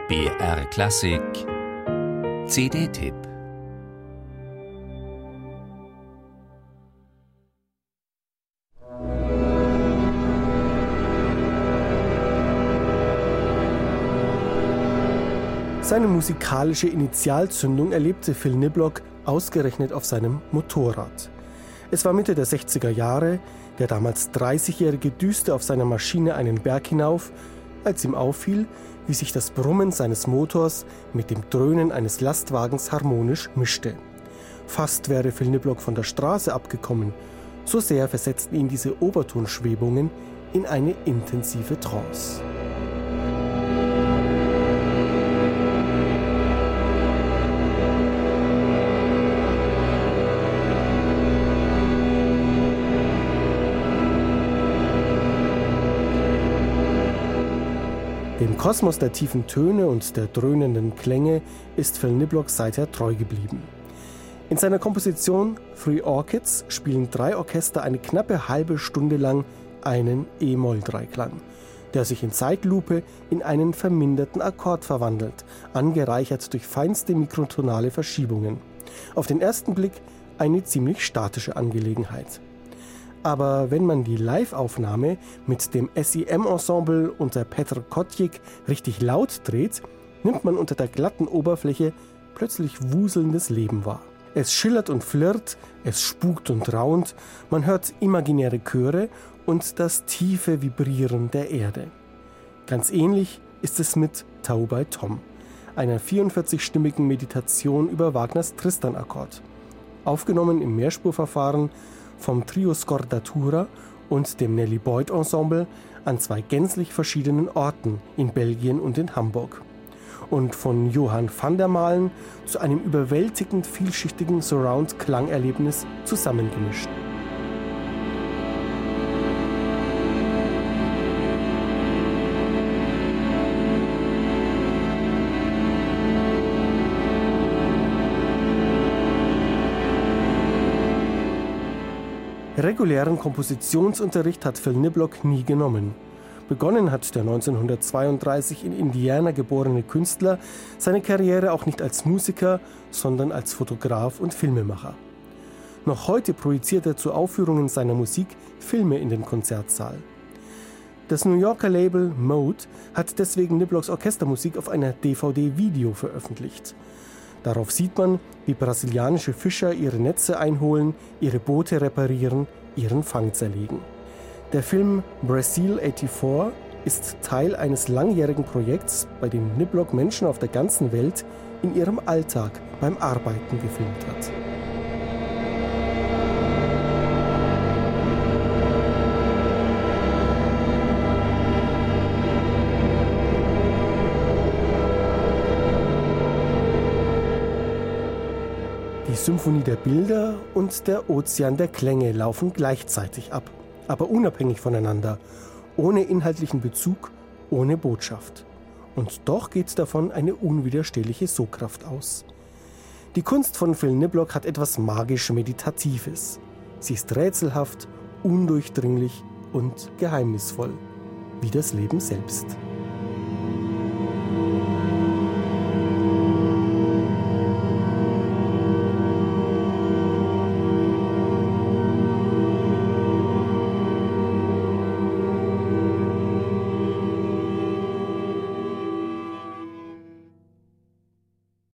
BR Klassik CD-Tipp. Seine musikalische Initialzündung erlebte Phil Niblock ausgerechnet auf seinem Motorrad. Es war Mitte der 60er Jahre, der damals 30-Jährige düste auf seiner Maschine einen Berg hinauf, als ihm auffiel, wie sich das Brummen seines Motors mit dem Dröhnen eines Lastwagens harmonisch mischte. Fast wäre Phil Niblock von der Straße abgekommen, so sehr versetzten ihn diese Obertonschwebungen in eine intensive Trance. Dem Kosmos der tiefen Töne und der dröhnenden Klänge ist Phil Niblock seither treu geblieben. In seiner Komposition Three Orchids spielen 3 Orchester eine knappe halbe Stunde lang einen E-Moll-Dreiklang, der sich in Zeitlupe in einen verminderten Akkord verwandelt, angereichert durch feinste mikrotonale Verschiebungen. Auf den ersten Blick eine ziemlich statische Angelegenheit. Aber wenn man die Live-Aufnahme mit dem SEM-Ensemble unter Petr Kotjik richtig laut dreht, nimmt man unter der glatten Oberfläche plötzlich wuselndes Leben wahr. Es schillert und flirrt, es spukt und raunt, man hört imaginäre Chöre und das tiefe Vibrieren der Erde. Ganz ähnlich ist es mit Tau bei Tom, einer 44-stimmigen Meditation über Wagners Tristan-Akkord. Aufgenommen im Mehrspurverfahren vom Trio Scordatura und dem Nelly Boyd Ensemble an 2 gänzlich verschiedenen Orten in Belgien und in Hamburg. Und von Johann van der Maalen zu einem überwältigend vielschichtigen Surround-Klangerlebnis zusammengemischt. Regulären Kompositionsunterricht hat Phil Niblock nie genommen. Begonnen hat der 1932 in Indiana geborene Künstler seine Karriere auch nicht als Musiker, sondern als Fotograf und Filmemacher. Noch heute projiziert er zu Aufführungen seiner Musik Filme in den Konzertsaal. Das New Yorker Label Mode hat deswegen Niblocks Orchestermusik auf einer DVD-Video veröffentlicht. Darauf sieht man, wie brasilianische Fischer ihre Netze einholen, ihre Boote reparieren, ihren Fang zerlegen. Der Film Brazil 84 ist Teil eines langjährigen Projekts, bei dem Niblock Menschen auf der ganzen Welt in ihrem Alltag beim Arbeiten gefilmt hat. Die Symphonie der Bilder und der Ozean der Klänge laufen gleichzeitig ab, aber unabhängig voneinander, ohne inhaltlichen Bezug, ohne Botschaft. Und doch geht davon eine unwiderstehliche Sogkraft aus. Die Kunst von Phil Niblock hat etwas magisch-meditatives. Sie ist rätselhaft, undurchdringlich und geheimnisvoll, wie das Leben selbst.